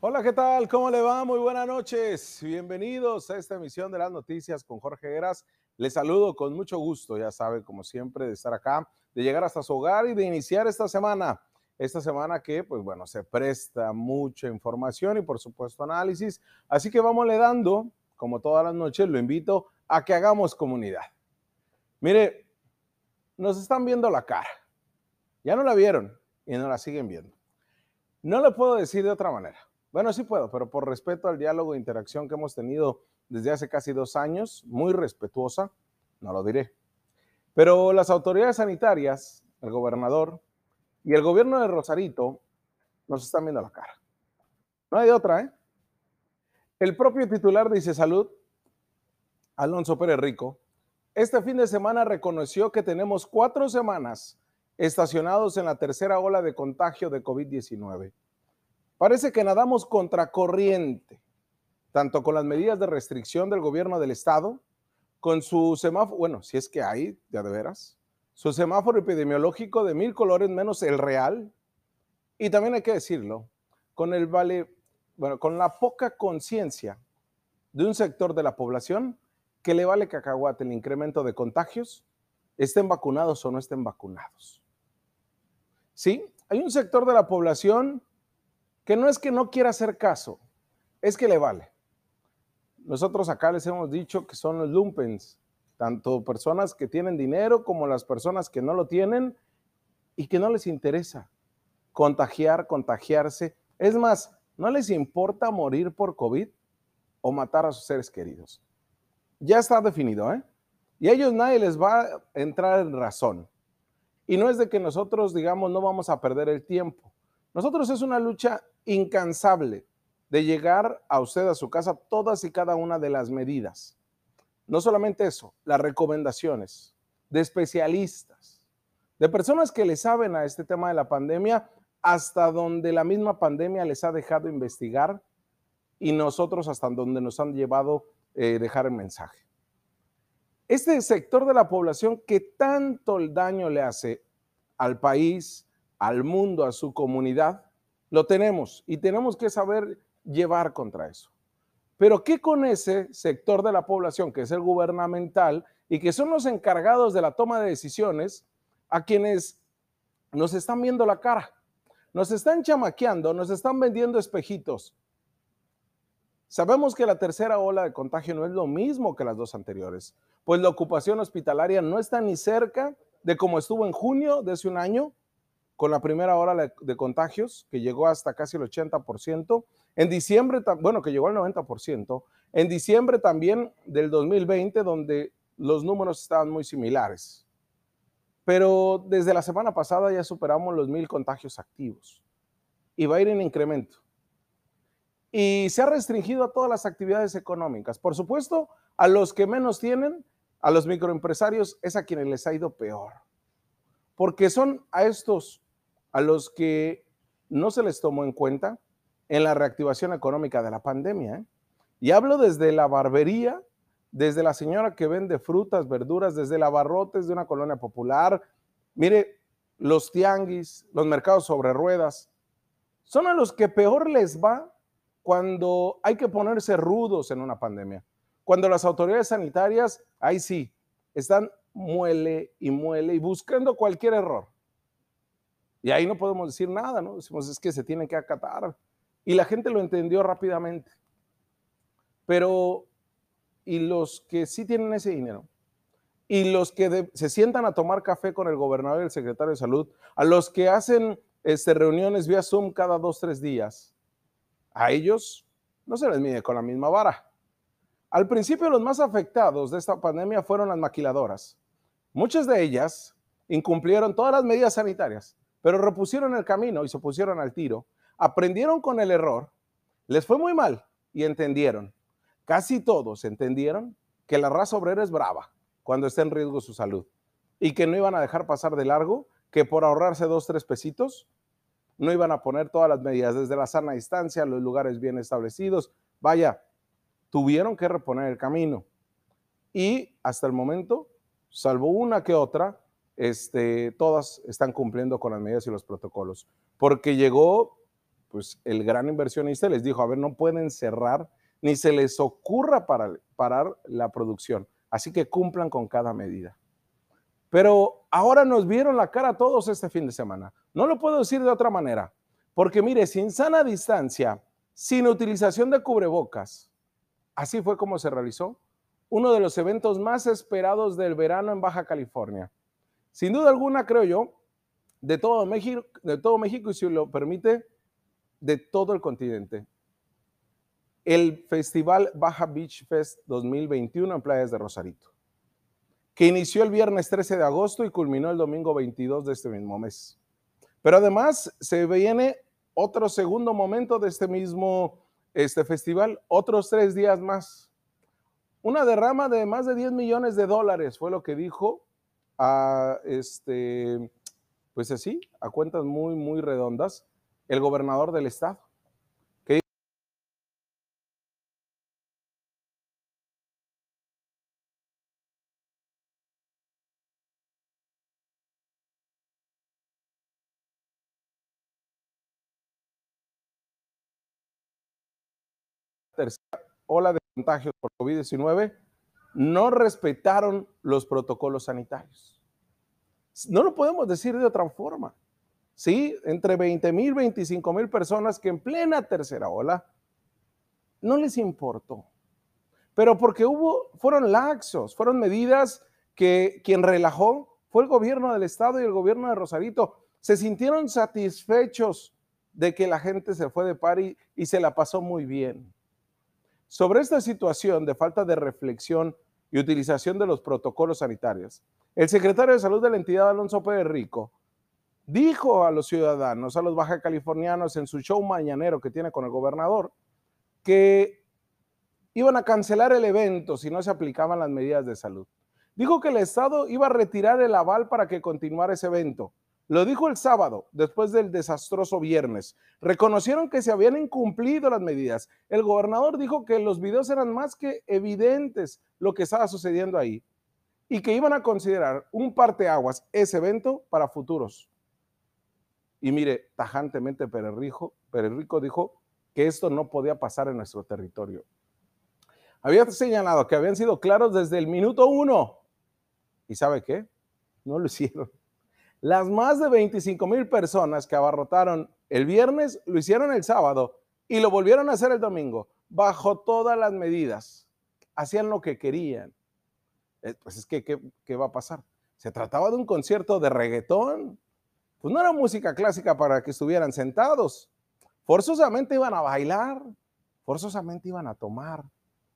Hola, ¿qué tal? ¿Cómo le va? Muy buenas noches. Bienvenidos a esta emisión de las noticias con Jorge Heras. Les saludo con mucho gusto, ya sabe, como siempre, de estar acá, de llegar hasta su hogar y de iniciar esta semana. Esta semana que, pues bueno, se presta mucha información y por supuesto análisis. Así que vámonos dando, como todas las noches, lo invito a que hagamos comunidad. Mire, nos están viendo la cara. Ya no la vieron y no la siguen viendo. No le puedo decir de otra manera. Bueno, sí puedo, pero por respeto al diálogo e interacción que hemos tenido desde hace casi 2 años, muy respetuosa, no lo diré. Pero las autoridades sanitarias, el gobernador y el gobierno de Rosarito nos están viendo la cara. No hay de otra, ¿eh? El propio titular de Salud, Alonso Pérez Rico, este fin de semana reconoció que tenemos 4 semanas estacionados en la tercera ola de contagio de COVID-19. Parece que nadamos contracorriente, tanto con las medidas de restricción del gobierno del estado, con su semáforo, bueno, si es que hay, ya de veras, su semáforo epidemiológico de 1000 colores menos el real, y también hay que decirlo, con el con la poca conciencia de un sector de la población que le vale cacahuate el incremento de contagios, estén vacunados o no estén vacunados. Sí, hay un sector de la población que no es que no quiera hacer caso, es que le vale. Nosotros acá les hemos dicho que son los lumpens, tanto personas que tienen dinero como las personas que no lo tienen y que no les interesa contagiarse. Es más, no les importa morir por COVID o matar a sus seres queridos. Ya está definido, ¿eh? Y a ellos nadie les va a entrar en razón. Y no es de que nosotros, digamos, no vamos a perder el tiempo. Nosotros es una lucha incansable de llegar a usted a su casa todas y cada una de las medidas. No solamente eso, las recomendaciones de especialistas, de personas que le saben a este tema de la pandemia, hasta donde la misma pandemia les ha dejado investigar y nosotros hasta donde nos han llevado dejar el mensaje. Este sector de la población que tanto el daño le hace al país, al mundo, a su comunidad, lo tenemos y tenemos que saber llevar contra eso. Pero ¿qué con ese sector de la población que es el gubernamental y que son los encargados de la toma de decisiones a quienes nos están viendo la cara? Nos están chamaqueando, nos están vendiendo espejitos. Sabemos que la tercera ola de contagio no es lo mismo que las dos anteriores, pues la ocupación hospitalaria no está ni cerca de como estuvo en junio de hace un año, con la primera ola de contagios, que llegó hasta casi el 80%. En diciembre, bueno, que llegó al 90%. En diciembre también del 2020, donde los números estaban muy similares. Pero desde la semana pasada ya superamos los 1000 contagios activos y va a ir en incremento. Y se ha restringido a todas las actividades económicas. Por supuesto, a los que menos tienen, a los microempresarios, es a quienes les ha ido peor. Porque son a estos a los que no se les tomó en cuenta en la reactivación económica de la pandemia, ¿eh? Y hablo desde la barbería, desde la señora que vende frutas, verduras, desde el abarrotes de una colonia popular. Mire, los tianguis, los mercados sobre ruedas, son a los que peor les va cuando hay que ponerse rudos en una pandemia. Cuando las autoridades sanitarias, ahí sí, están muele y buscando cualquier error. Y ahí no podemos decir nada, ¿no? Decimos, es que se tienen que acatar. Y la gente lo entendió rápidamente. Pero, ¿y los que sí tienen ese dinero? Y los que se sientan a tomar café con el gobernador y el secretario de salud, a los que hacen reuniones vía Zoom cada 2, 3 días, a ellos no se les mide con la misma vara. Al principio los más afectados de esta pandemia fueron las maquiladoras. Muchas de ellas incumplieron todas las medidas sanitarias, pero repusieron el camino y se pusieron al tiro, aprendieron con el error, les fue muy mal y entendieron. Casi todos entendieron que la raza obrera es brava cuando está en riesgo su salud y que no iban a dejar pasar de largo, que por ahorrarse 2, 3 pesitos no iban a poner todas las medidas, desde la sana distancia, los lugares bien establecidos. Vaya, tuvieron que reponer el camino. Y hasta el momento, salvo una que otra, todas están cumpliendo con las medidas y los protocolos. Porque llegó pues el gran inversionista les dijo, a ver, no pueden cerrar, ni se les ocurra parar la producción, así que cumplan con cada medida. Pero ahora nos vieron la cara a todos este fin de semana. No lo puedo decir de otra manera, porque mire, sin sana distancia, sin utilización de cubrebocas, así fue como se realizó uno de los eventos más esperados del verano en Baja California. Sin duda alguna, creo yo, de todo México y si lo permite, de todo el continente. El Festival Baja Beach Fest 2021 en Playas de Rosarito, que inició el viernes 13 de agosto y culminó el domingo 22 de este mismo mes. Pero además se viene otro segundo momento de este mismo festival, otros 3 días más. Una derrama de más de $10 millones fue lo que dijo pues así, a cuentas muy, muy redondas, el gobernador del estado. Que tercera ola de contagios por COVID-19 no respetaron los protocolos sanitarios. No lo podemos decir de otra forma. Sí, entre 20,000, 25,000 personas que en plena tercera ola no les importó. Pero porque fueron laxos, fueron medidas que quien relajó fue el gobierno del estado y el gobierno de Rosarito. Se sintieron satisfechos de que la gente se fue de party y se la pasó muy bien. Sobre esta situación de falta de reflexión y utilización de los protocolos sanitarios, el secretario de Salud de la entidad, Alonso Pérez Rico, dijo a los ciudadanos, a los baja californianos en su show mañanero que tiene con el gobernador, que iban a cancelar el evento si no se aplicaban las medidas de salud. Dijo que el Estado iba a retirar el aval para que continuara ese evento. Lo dijo el sábado, después del desastroso viernes. Reconocieron que se habían incumplido las medidas. El gobernador dijo que los videos eran más que evidentes lo que estaba sucediendo ahí y que iban a considerar un parteaguas ese evento para futuros. Y mire, tajantemente Pérez Rico dijo que esto no podía pasar en nuestro territorio. Había señalado que habían sido claros desde el minuto 1. ¿Y sabe qué? No lo hicieron. Las más de 25,000 personas que abarrotaron el viernes lo hicieron el sábado y lo volvieron a hacer el domingo, bajo todas las medidas. Hacían lo que querían. Pues es que, ¿qué va a pasar? Se trataba de un concierto de reggaetón. Pues no era música clásica para que estuvieran sentados. Forzosamente iban a bailar, forzosamente iban a tomar.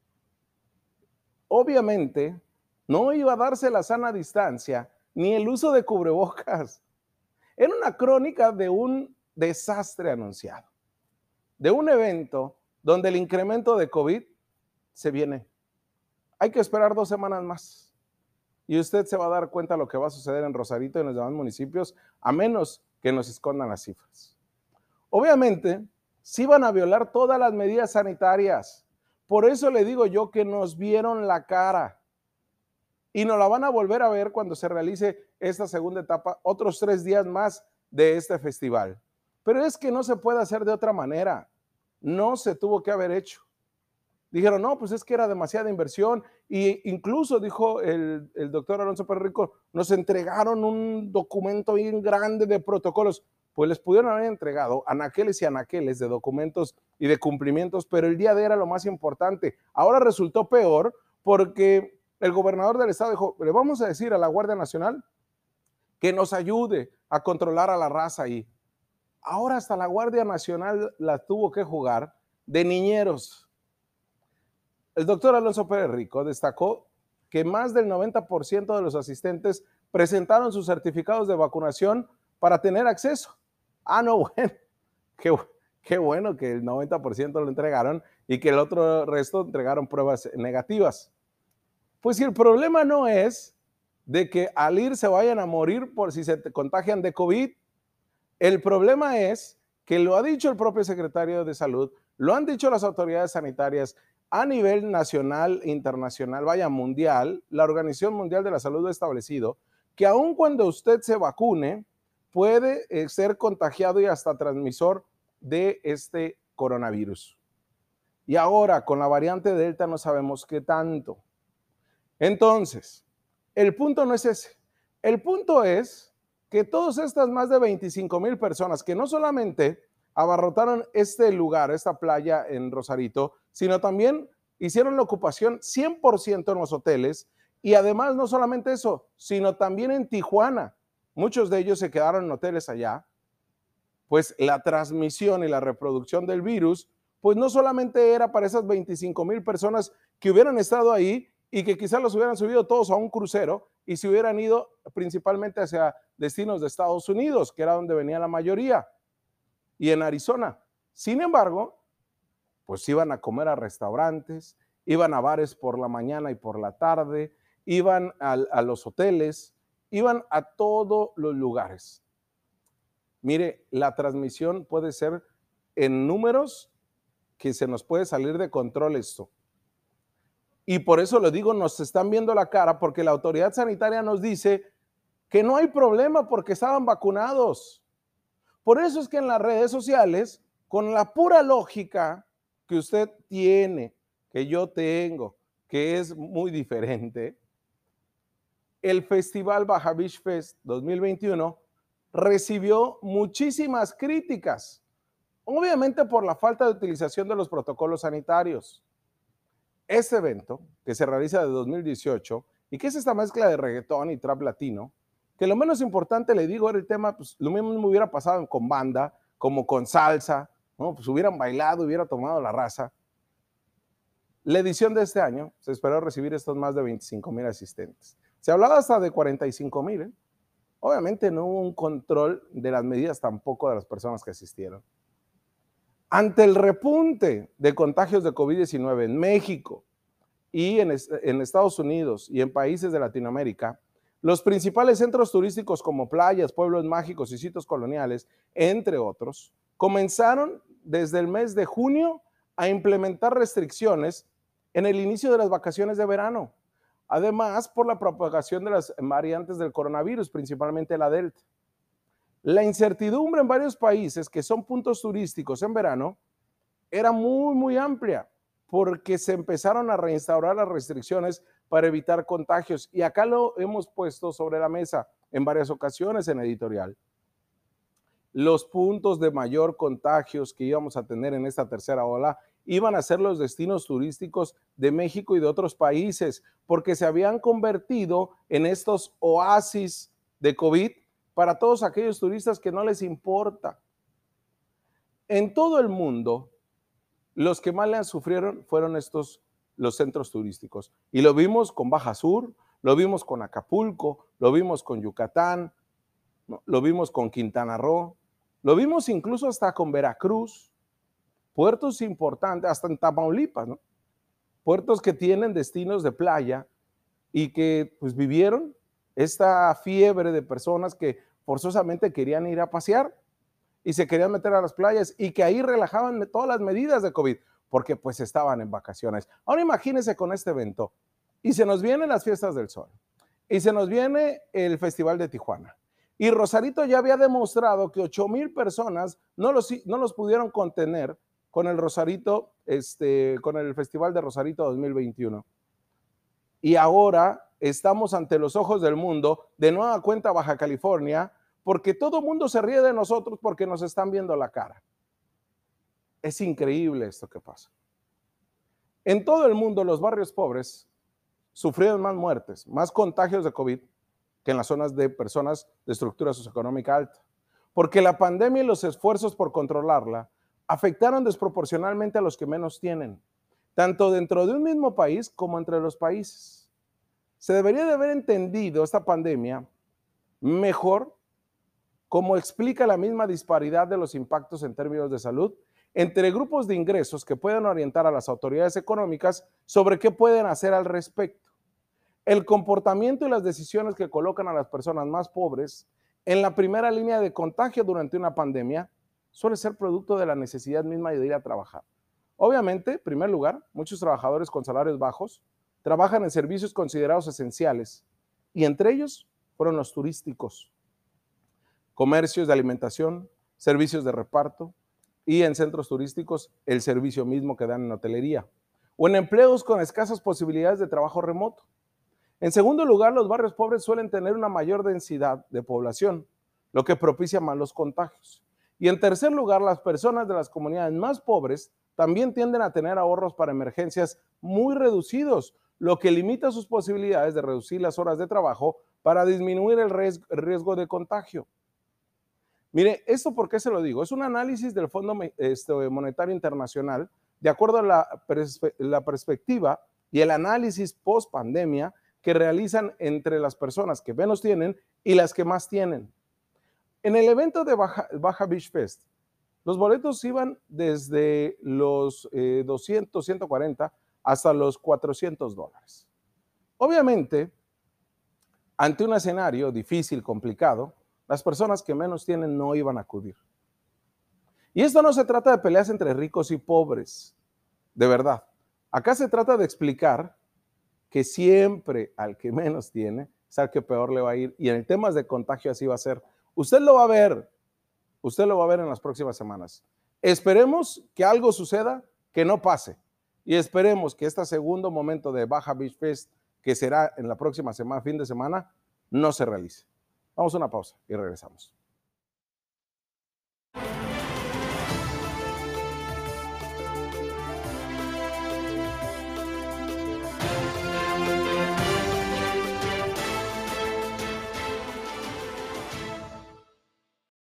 Obviamente, no iba a darse la sana distancia ni el uso de cubrebocas. Era una crónica de un desastre anunciado, de un evento donde el incremento de COVID se viene. Hay que esperar 2 semanas más y usted se va a dar cuenta de lo que va a suceder en Rosarito y en los demás municipios, a menos que nos escondan las cifras. Obviamente, sí van a violar todas las medidas sanitarias. Por eso le digo yo que nos vieron la cara y nos la van a volver a ver cuando se realice esta segunda etapa, otros 3 días más de este festival. Pero es que no se puede hacer de otra manera. No se tuvo que haber hecho. Dijeron, no, pues es que era demasiada inversión. Y incluso dijo el doctor Alonso Pérez Rico, nos entregaron un documento bien grande de protocolos. Pues les pudieron haber entregado anaqueles y anaqueles de documentos y de cumplimientos, pero el día de era lo más importante. Ahora resultó peor porque el gobernador del estado dijo, le vamos a decir a la Guardia Nacional que nos ayude a controlar a la raza ahí. Ahora hasta la Guardia Nacional la tuvo que jugar de niñeros. El doctor Alonso Pérez Rico destacó que más del 90% de los asistentes presentaron sus certificados de vacunación para tener acceso. Ah, no, bueno, qué bueno que el 90% lo entregaron y que el otro resto entregaron pruebas negativas. Pues si el problema no es de que al ir se vayan a morir por si se contagian de COVID, el problema es que lo ha dicho el propio secretario de Salud, lo han dicho las autoridades sanitarias a nivel nacional, internacional, vaya mundial, la Organización Mundial de la Salud ha establecido que aun cuando usted se vacune, puede ser contagiado y hasta transmisor de este coronavirus. Y ahora con la variante Delta no sabemos qué tanto. Entonces, el punto no es ese. El punto es que todas estas más de 25,000 personas que no solamente abarrotaron este lugar, esta playa en Rosarito, sino también hicieron la ocupación 100% en los hoteles y además no solamente eso, sino también en Tijuana. Muchos de ellos se quedaron en hoteles allá. Pues la transmisión y la reproducción del virus, pues no solamente era para esas 25,000 personas que hubieran estado ahí y que quizás los hubieran subido todos a un crucero y se hubieran ido principalmente hacia destinos de Estados Unidos, que era donde venía la mayoría, y en Arizona. Sin embargo, pues iban a comer a restaurantes, iban a bares por la mañana y por la tarde, iban a los hoteles, iban a todos los lugares. Mire, la transmisión puede ser en números que se nos puede salir de control esto. Y por eso lo digo, nos están viendo la cara porque la autoridad sanitaria nos dice que no hay problema porque estaban vacunados. Por eso es que en las redes sociales, con la pura lógica que usted tiene, que yo tengo, que es muy diferente, el Festival Baja Beach Fest 2021 recibió muchísimas críticas, obviamente por la falta de utilización de los protocolos sanitarios. Este evento, que se realiza de 2018 y que es esta mezcla de reggaetón y trap latino, que lo menos importante, le digo, era el tema, pues lo mismo me hubiera pasado con banda, como con salsa, ¿no? Pues hubieran bailado, hubiera tomado la raza. La edición de este año se esperó recibir estos más de 25,000 asistentes. Se hablaba hasta de 45,000, ¿eh? Obviamente no hubo un control de las medidas tampoco de las personas que asistieron. Ante el repunte de contagios de COVID-19 en México y en Estados Unidos y en países de Latinoamérica, los principales centros turísticos como playas, pueblos mágicos y sitios coloniales, entre otros, comenzaron desde el mes de junio a implementar restricciones en el inicio de las vacaciones de verano. Además, por la propagación de las variantes del coronavirus, principalmente la Delta. La incertidumbre en varios países que son puntos turísticos en verano era muy amplia porque se empezaron a reinstaurar las restricciones para evitar contagios y acá lo hemos puesto sobre la mesa en varias ocasiones en editorial. Los puntos de mayor contagios que íbamos a tener en esta tercera ola iban a ser los destinos turísticos de México y de otros países porque se habían convertido en estos oasis de COVID para todos aquellos turistas que no les importa. En todo el mundo, los que más le sufrieron fueron los centros turísticos. Y lo vimos con Baja Sur, lo vimos con Acapulco, lo vimos con Yucatán, ¿no? Lo vimos con Quintana Roo, lo vimos incluso hasta con Veracruz, puertos importantes, hasta en Tamaulipas, ¿no? Puertos que tienen destinos de playa y que pues vivieron esta fiebre de personas que forzosamente querían ir a pasear y se querían meter a las playas y que ahí relajaban todas las medidas de COVID porque pues estaban en vacaciones. Ahora imagínense con este evento y se nos vienen las fiestas del sol y se nos viene el Festival de Tijuana y Rosarito ya había demostrado que 8,000 personas no los pudieron contener con el Rosarito, con el Festival de Rosarito 2021. Y ahora estamos ante los ojos del mundo, de nueva cuenta Baja California, porque todo el mundo se ríe de nosotros porque nos están viendo la cara. Es increíble esto que pasa. En todo el mundo los barrios pobres sufrieron más muertes, más contagios de COVID que en las zonas de personas de estructura socioeconómica alta, porque la pandemia y los esfuerzos por controlarla afectaron desproporcionalmente a los que menos tienen, tanto dentro de un mismo país como entre los países. Se debería de haber entendido esta pandemia mejor como explica la misma disparidad de los impactos en términos de salud entre grupos de ingresos que pueden orientar a las autoridades económicas sobre qué pueden hacer al respecto. El comportamiento y las decisiones que colocan a las personas más pobres en la primera línea de contagio durante una pandemia suele ser producto de la necesidad misma de ir a trabajar. Obviamente, en primer lugar, muchos trabajadores con salarios bajos trabajan en servicios considerados esenciales y entre ellos fueron los turísticos, comercios de alimentación, servicios de reparto, y en centros turísticos el servicio mismo que dan en hotelería, o en empleos con escasas posibilidades de trabajo remoto. En segundo lugar, los barrios pobres suelen tener una mayor densidad de población, lo que propicia más los contagios. Y en tercer lugar, las personas de las comunidades más pobres también tienden a tener ahorros para emergencias muy reducidos, lo que limita sus posibilidades de reducir las horas de trabajo para disminuir el riesgo de contagio. Mire, ¿esto por qué se lo digo? Es un análisis del Fondo Monetario Internacional de acuerdo a la perspectiva y el análisis post pandemia que realizan entre las personas que menos tienen y las que más tienen. En el evento de Baja Beach Fest, los boletos iban desde los 200, 140 hasta los $400. Obviamente, ante un escenario difícil, complicado, las personas que menos tienen no iban a acudir. Y esto no se trata de peleas entre ricos y pobres, de verdad. Acá se trata de explicar que siempre al que menos tiene es al que peor le va a ir, y en temas de contagio así va a ser. Usted lo va a ver en las próximas semanas. Esperemos que algo suceda, que no pase, y esperemos que este segundo momento de Baja Beach Fest, que será en la próxima semana, fin de semana, no se realice. Vamos a una pausa y regresamos.